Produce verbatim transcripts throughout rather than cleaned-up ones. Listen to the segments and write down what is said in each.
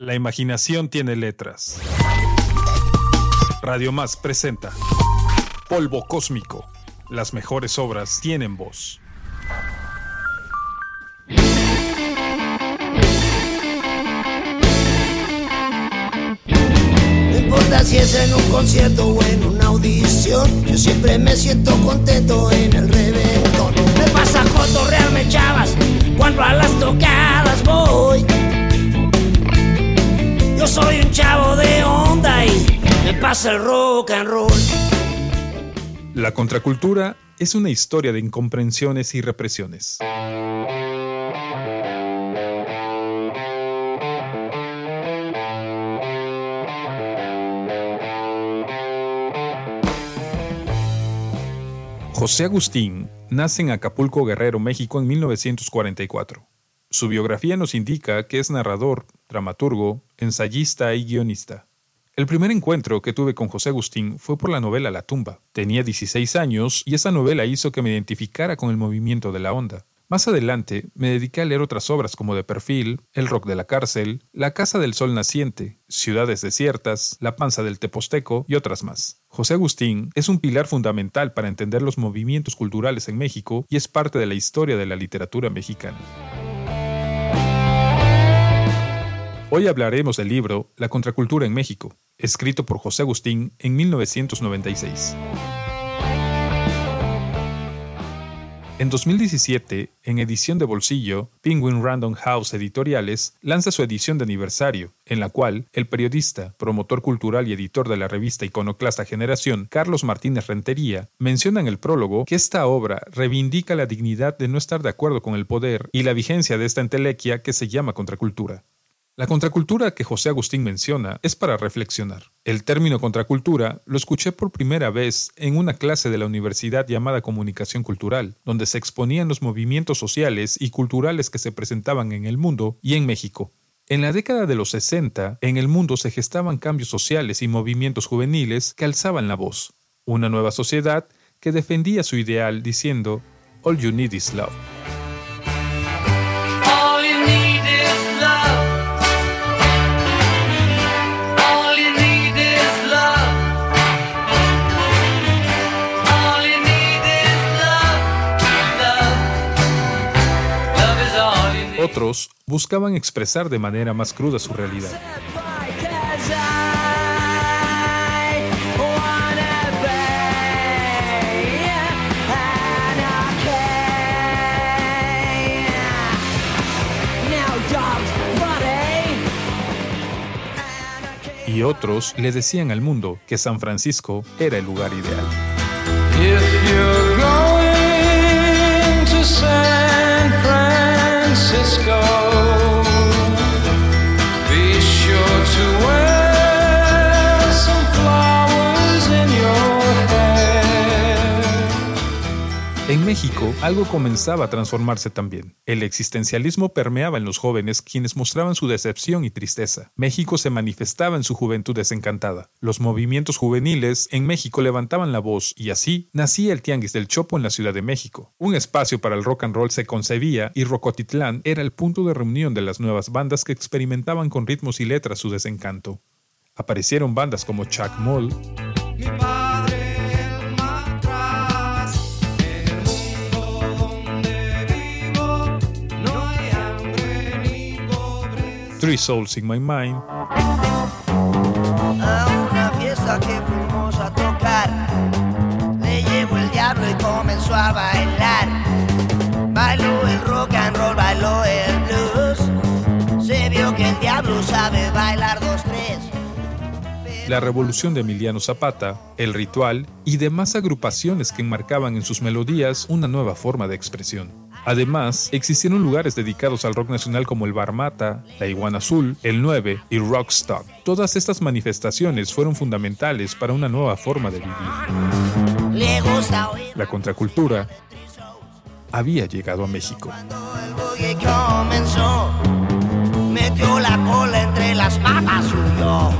La imaginación tiene letras. Radio Más presenta Polvo Cósmico. Las mejores obras tienen voz. No importa si es en un concierto o en una audición, yo siempre me siento contento en el reventón. Me pasa cotorrearme, chavas, cuando a las tocadas voy. Yo soy un chavo de onda y me pasa el rock and roll. La contracultura es una historia de incomprensiones y represiones. José Agustín nace en Acapulco, Guerrero, México en mil novecientos cuarenta y cuatro. Su biografía nos indica que es narrador, dramaturgo, ensayista y guionista. El primer encuentro que tuve con José Agustín fue por la novela La tumba. Tenía dieciséis años y esa novela hizo que me identificara con el movimiento de la onda. Más adelante me dediqué a leer otras obras como De Perfil, El rock de la cárcel, La casa del sol naciente, Ciudades desiertas, La panza del teposteco y otras más. José Agustín es un pilar fundamental para entender los movimientos culturales en México y es parte de la historia de la literatura mexicana. Hoy hablaremos del libro La contracultura en México, escrito por José Agustín en mil novecientos noventa y seis. En dos mil diecisiete, en edición de bolsillo, Penguin Random House Editoriales lanza su edición de aniversario, en la cual el periodista, promotor cultural y editor de la revista iconoclasta Generación, Carlos Martínez Rentería, menciona en el prólogo que esta obra reivindica la dignidad de no estar de acuerdo con el poder y la vigencia de esta entelequia que se llama contracultura. La contracultura que José Agustín menciona es para reflexionar. El término contracultura lo escuché por primera vez en una clase de la universidad llamada Comunicación Cultural, donde se exponían los movimientos sociales y culturales que se presentaban en el mundo y en México. En la década de los sesenta, en el mundo se gestaban cambios sociales y movimientos juveniles que alzaban la voz. Una nueva sociedad que defendía su ideal diciendo "All you need is love". Otros buscaban expresar de manera más cruda su realidad. Y otros le decían al mundo que San Francisco era el lugar ideal. If you're going to San Francisco, be sure to wear some flowers in your hair. En México, algo comenzaba a transformarse también. El existencialismo permeaba en los jóvenes, quienes mostraban su decepción y tristeza. México se manifestaba en su juventud desencantada. Los movimientos juveniles en México levantaban la voz y así nacía el Tianguis del Chopo en la Ciudad de México. Un espacio para el rock and roll se concebía y Rocotitlán era el punto de reunión de las nuevas bandas que experimentaban con ritmos y letras su desencanto. Aparecieron bandas como Chuck Moll, Three Souls in My Mind, A una fiesta que fuimos a tocar, le llegó el diablo y comenzó a bailar. Bailó el rock and roll, bailó el blues. Se vio que el diablo sabe bailar dos, tres. la Revolución de Emiliano Zapata, El Ritual y demás agrupaciones que enmarcaban en sus melodías una nueva forma de expresión. Además, existieron lugares dedicados al rock nacional como el Bar Mata, la Iguana Azul, el nueve y Rockstock. Todas estas manifestaciones fueron fundamentales para una nueva forma de vivir. La contracultura había llegado a México. Cuando el boogie comenzó, metió la cola entre las patas, huyó.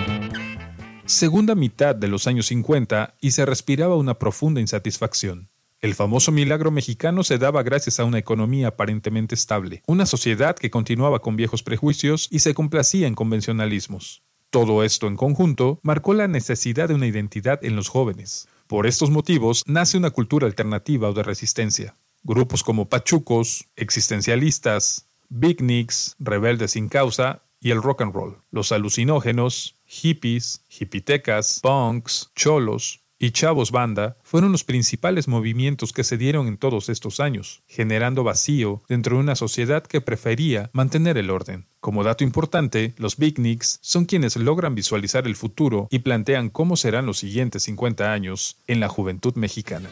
Segunda mitad de los años cincuenta y se respiraba una profunda insatisfacción. El famoso milagro mexicano se daba gracias a una economía aparentemente estable, una sociedad que continuaba con viejos prejuicios y se complacía en convencionalismos. Todo esto en conjunto marcó la necesidad de una identidad en los jóvenes. Por estos motivos nace una cultura alternativa o de resistencia. Grupos como pachucos, existencialistas, beatniks, rebeldes sin causa y el rock and roll, los alucinógenos, hippies, hippitecas, punks, cholos y chavos banda fueron los principales movimientos que se dieron en todos estos años, generando vacío dentro de una sociedad que prefería mantener el orden. Como dato importante, los beatniks son quienes logran visualizar el futuro y plantean cómo serán los siguientes cincuenta años en la juventud mexicana.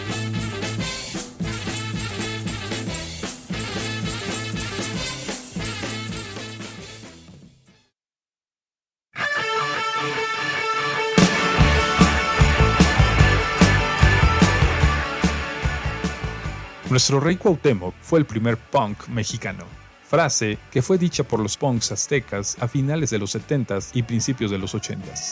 Nuestro rey Cuauhtémoc fue el primer punk mexicano, frase que fue dicha por los punks aztecas a finales de los setentas y principios de los ochentas.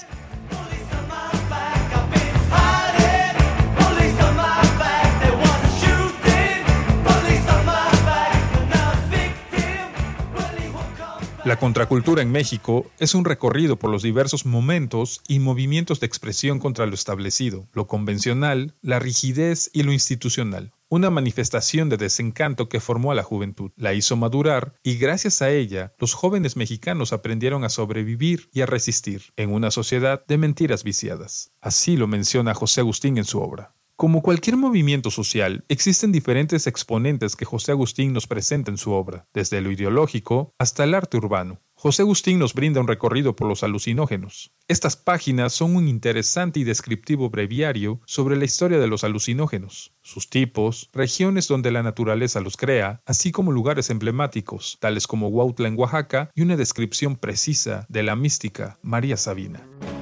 La contracultura en México es un recorrido por los diversos momentos y movimientos de expresión contra lo establecido, lo convencional, la rigidez y lo institucional. Una manifestación de desencanto que formó a la juventud, la hizo madurar y gracias a ella los jóvenes mexicanos aprendieron a sobrevivir y a resistir en una sociedad de mentiras viciadas. Así lo menciona José Agustín en su obra. Como cualquier movimiento social, existen diferentes exponentes que José Agustín nos presenta en su obra, desde lo ideológico hasta el arte urbano. José Agustín nos brinda un recorrido por los alucinógenos. Estas páginas son un interesante y descriptivo breviario sobre la historia de los alucinógenos, sus tipos, regiones donde la naturaleza los crea, así como lugares emblemáticos, tales como Huautla en Oaxaca, y una descripción precisa de la mística María Sabina.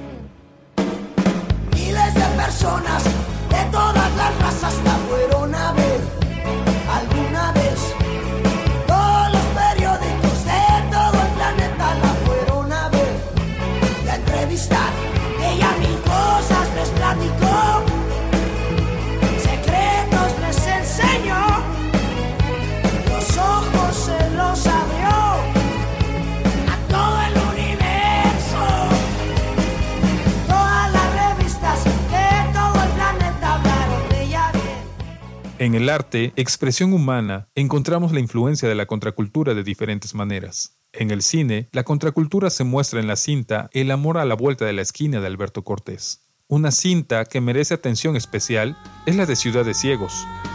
Miles de personas de todas las razas la fueron a ver alguna vez. Todos los periódicos de todo el planeta la fueron a ver y a entrevistar. Ella mil cosas les platicó, secretos les enseñó, los ojos se los abrió a todo el universo. Todas las revistas de todo el planeta hablaron de ella bien. En el arte, expresión humana, encontramos la influencia de la contracultura de diferentes maneras. En el cine, la contracultura se muestra en la cinta El amor a la vuelta de la esquina de Alberto Cortés. Una cinta que merece atención especial es la de Ciudad de Ciegos.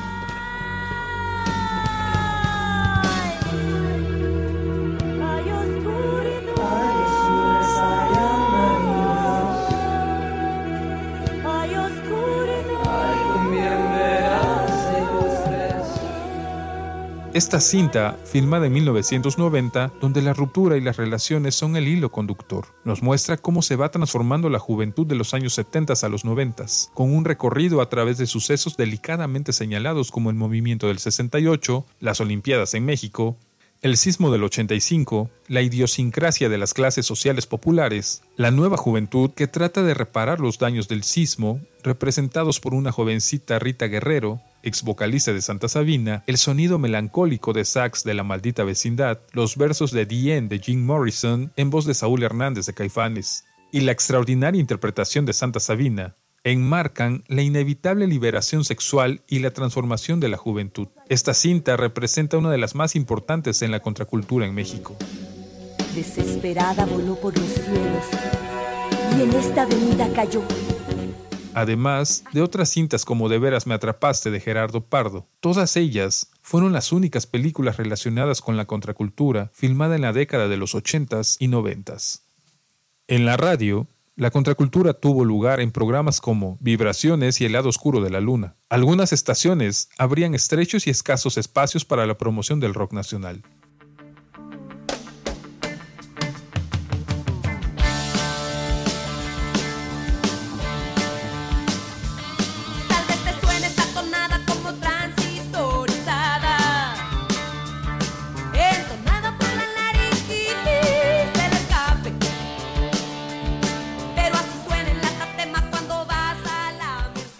Esta cinta, filmada en mil novecientos noventa, donde la ruptura y las relaciones son el hilo conductor, nos muestra cómo se va transformando la juventud de los años setenta a los noventa, con un recorrido a través de sucesos delicadamente señalados como el movimiento del sesenta y ocho, las Olimpiadas en México, el sismo del ochenta y cinco, la idiosincrasia de las clases sociales populares, la nueva juventud que trata de reparar los daños del sismo, representados por una jovencita Rita Guerrero, ex vocalista de Santa Sabina, el sonido melancólico de sax de La Maldita Vecindad, los versos de The End de Jim Morrison en voz de Saúl Hernández de Caifanes, y la extraordinaria interpretación de Santa Sabina, enmarcan la inevitable liberación sexual y la transformación de la juventud. Esta cinta representa una de las más importantes en la contracultura en México. Desesperada voló por los cielos y en esta avenida cayó. Además de otras cintas como De veras me atrapaste de Gerardo Pardo. Todas ellas fueron las únicas películas relacionadas con la contracultura filmada en la década de los ochentas y noventas. En la radio, la contracultura tuvo lugar en programas como Vibraciones y El lado oscuro de la luna. Algunas estaciones abrían estrechos y escasos espacios para la promoción del rock nacional.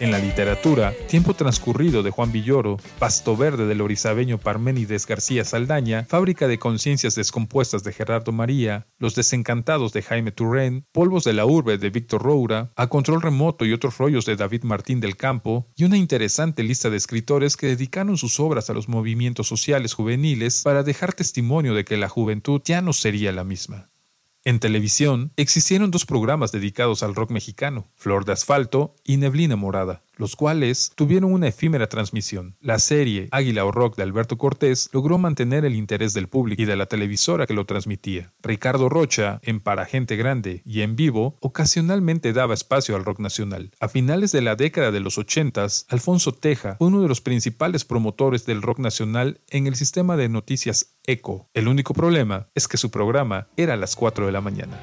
En la literatura, Tiempo transcurrido de Juan Villoro, Pasto verde del orizabeño Parménides García Saldaña, Fábrica de conciencias descompuestas de Gerardo María, Los desencantados de Jaime Turén, Polvos de la urbe de Víctor Roura, A control remoto y otros rollos de David Martín del Campo, y una interesante lista de escritores que dedicaron sus obras a los movimientos sociales juveniles para dejar testimonio de que la juventud ya no sería la misma. En televisión, existieron dos programas dedicados al rock mexicano, Flor de Asfalto y Neblina Morada, los cuales tuvieron una efímera transmisión. La serie Águila o Rock de Alberto Cortés logró mantener el interés del público y de la televisora que lo transmitía. Ricardo Rocha, en Para Gente Grande y En Vivo, ocasionalmente daba espacio al rock nacional. A finales de la década de los ochentas, Alfonso Teja fue uno de los principales promotores del rock nacional en el sistema de noticias Eco. El único problema es que su programa era a las cuatro de la mañana.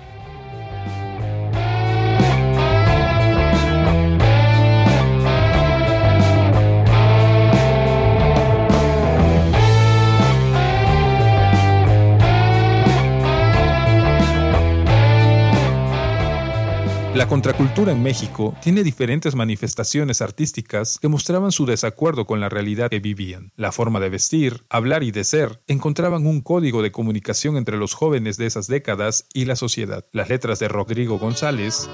La contracultura en México tiene diferentes manifestaciones artísticas que mostraban su desacuerdo con la realidad que vivían. La forma de vestir, hablar y de ser encontraban un código de comunicación entre los jóvenes de esas décadas y la sociedad. Las letras de Rodrigo González,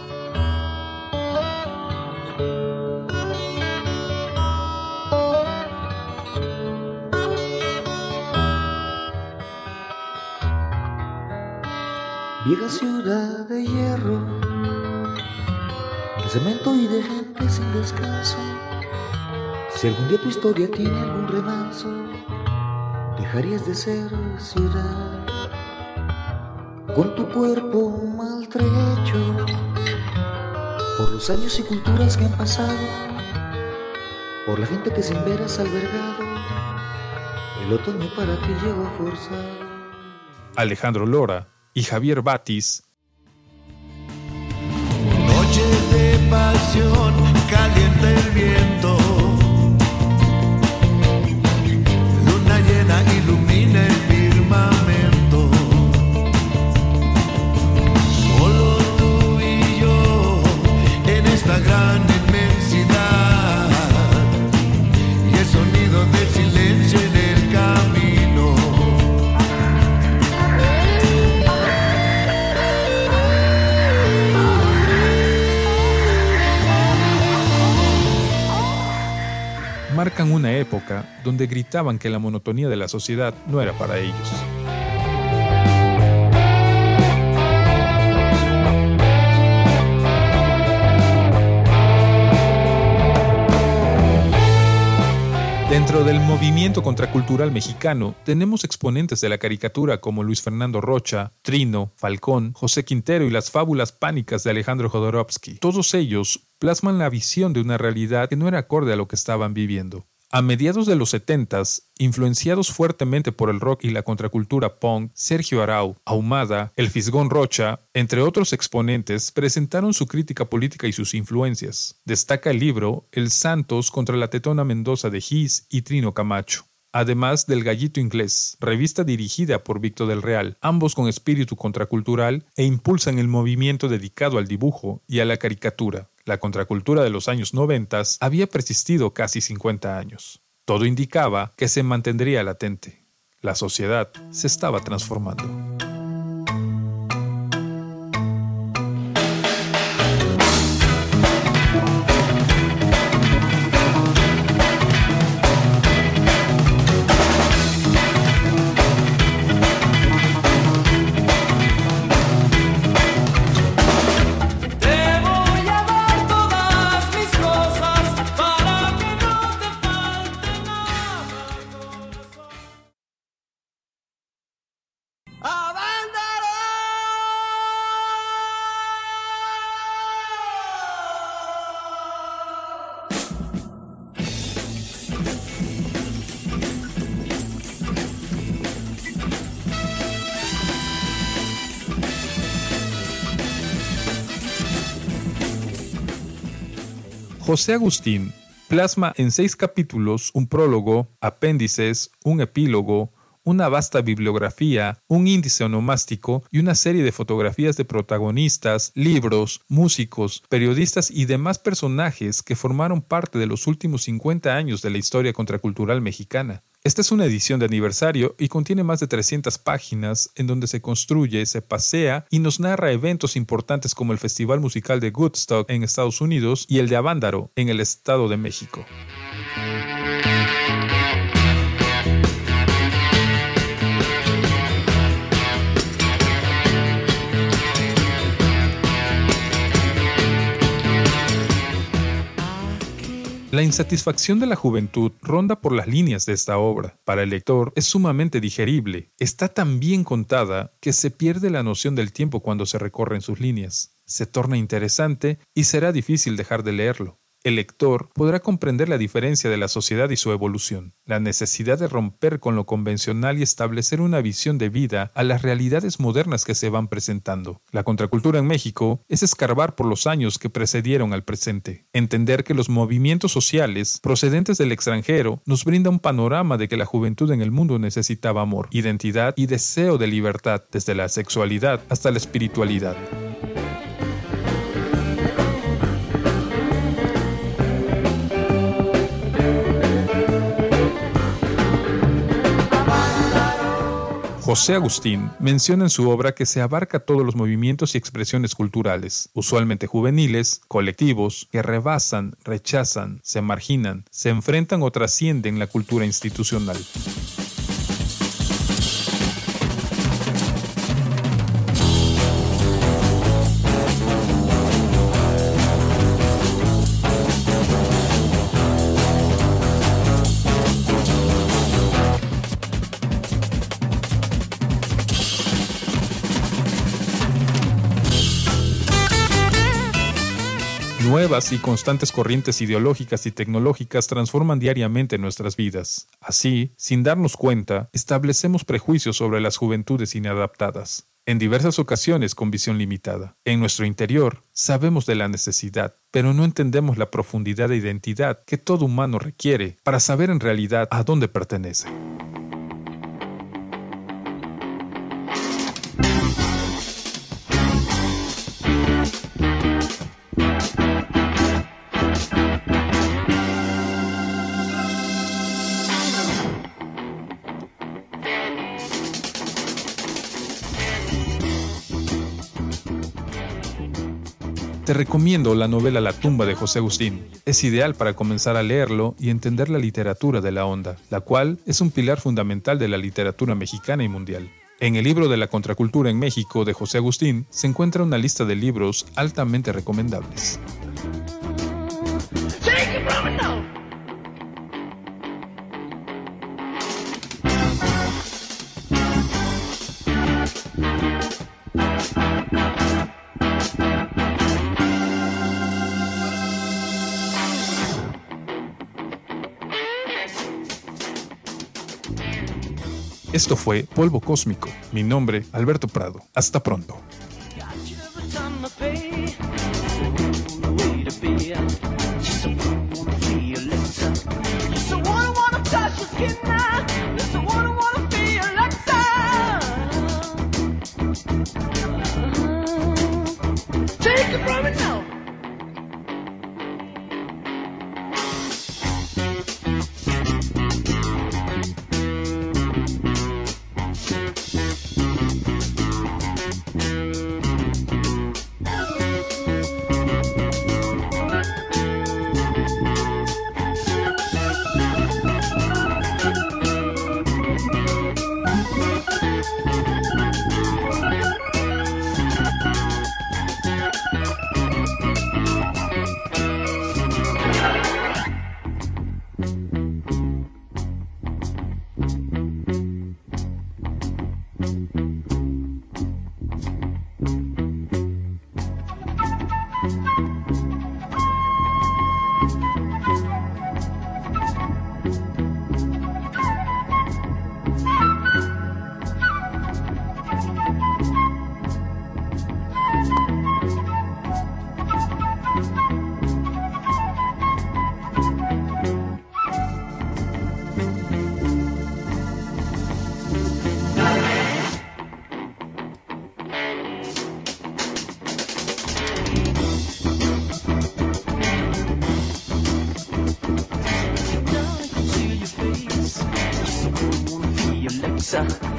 vieja ciudad de hierro, de cemento y de gente sin descanso. Si algún día tu historia tiene algún remanso, dejarías de ser ciudad. Con tu cuerpo maltrecho por los años y culturas que han pasado, por la gente que sin veras albergado, el otoño para ti llegó forzado. Alejandro Lora y Javier Batis. Noches de pasión, calienta el viento, luna llena ilumina el firmamento, solo tú y yo en esta gran inmensidad, y el sonido del silencio en el camino. Marcan una época donde gritaban que la monotonía de la sociedad no era para ellos. Dentro del movimiento contracultural mexicano tenemos exponentes de la caricatura como Luis Fernando Rocha, Trino, Falcón, José Quintero y las fábulas pánicas de Alejandro Jodorowsky. Todos ellos plasman la visión de una realidad que no era acorde a lo que estaban viviendo. A mediados de los setentas, influenciados fuertemente por el rock y la contracultura punk, Sergio Arau, Ahumada, El Fisgón Rocha, entre otros exponentes, presentaron su crítica política y sus influencias. Destaca el libro El Santos contra la Tetona Mendoza de Gis y Trino Camacho, además del Gallito Inglés, revista dirigida por Víctor del Real, ambos con espíritu contracultural e impulsan el movimiento dedicado al dibujo y a la caricatura. La contracultura de los años noventas había persistido casi cincuenta años. Todo indicaba que se mantendría latente. La sociedad se estaba transformando. José Agustín plasma en seis capítulos un prólogo, apéndices, un epílogo, una vasta bibliografía, un índice onomástico y una serie de fotografías de protagonistas, libros, músicos, periodistas y demás personajes que formaron parte de los últimos cincuenta años de la historia contracultural mexicana. Esta es una edición de aniversario y contiene más de trescientas páginas en donde se construye, se pasea y nos narra eventos importantes como el Festival Musical de Woodstock en Estados Unidos y el de Avándaro en el Estado de México. La insatisfacción de la juventud ronda por las líneas de esta obra. Para el lector es sumamente digerible. Está tan bien contada que se pierde la noción del tiempo cuando se recorren sus líneas. Se torna interesante y será difícil dejar de leerlo. El lector podrá comprender la diferencia de la sociedad y su evolución, la necesidad de romper con lo convencional y establecer una visión de vida a las realidades modernas que se van presentando. La contracultura en México es escarbar por los años que precedieron al presente, entender que los movimientos sociales procedentes del extranjero nos brinda un panorama de que la juventud en el mundo necesitaba amor, identidad y deseo de libertad, desde la sexualidad hasta la espiritualidad. José Agustín menciona en su obra que se abarca todos los movimientos y expresiones culturales, usualmente juveniles, colectivos, que rebasan, rechazan, se marginan, se enfrentan o trascienden la cultura institucional. Nuevas y constantes corrientes ideológicas y tecnológicas transforman diariamente nuestras vidas. Así, sin darnos cuenta, establecemos prejuicios sobre las juventudes inadaptadas, en diversas ocasiones con visión limitada. En nuestro interior, sabemos de la necesidad, pero no entendemos la profundidad de identidad que todo humano requiere para saber en realidad a dónde pertenece. Te recomiendo la novela La tumba de José Agustín. Es ideal para comenzar a leerlo y entender la literatura de la onda, la cual es un pilar fundamental de la literatura mexicana y mundial. En el libro de la contracultura en México de José Agustín se encuentra una lista de libros altamente recomendables. Esto fue Polvo Cósmico. Mi nombre, Alberto Prado. Hasta pronto. pizza.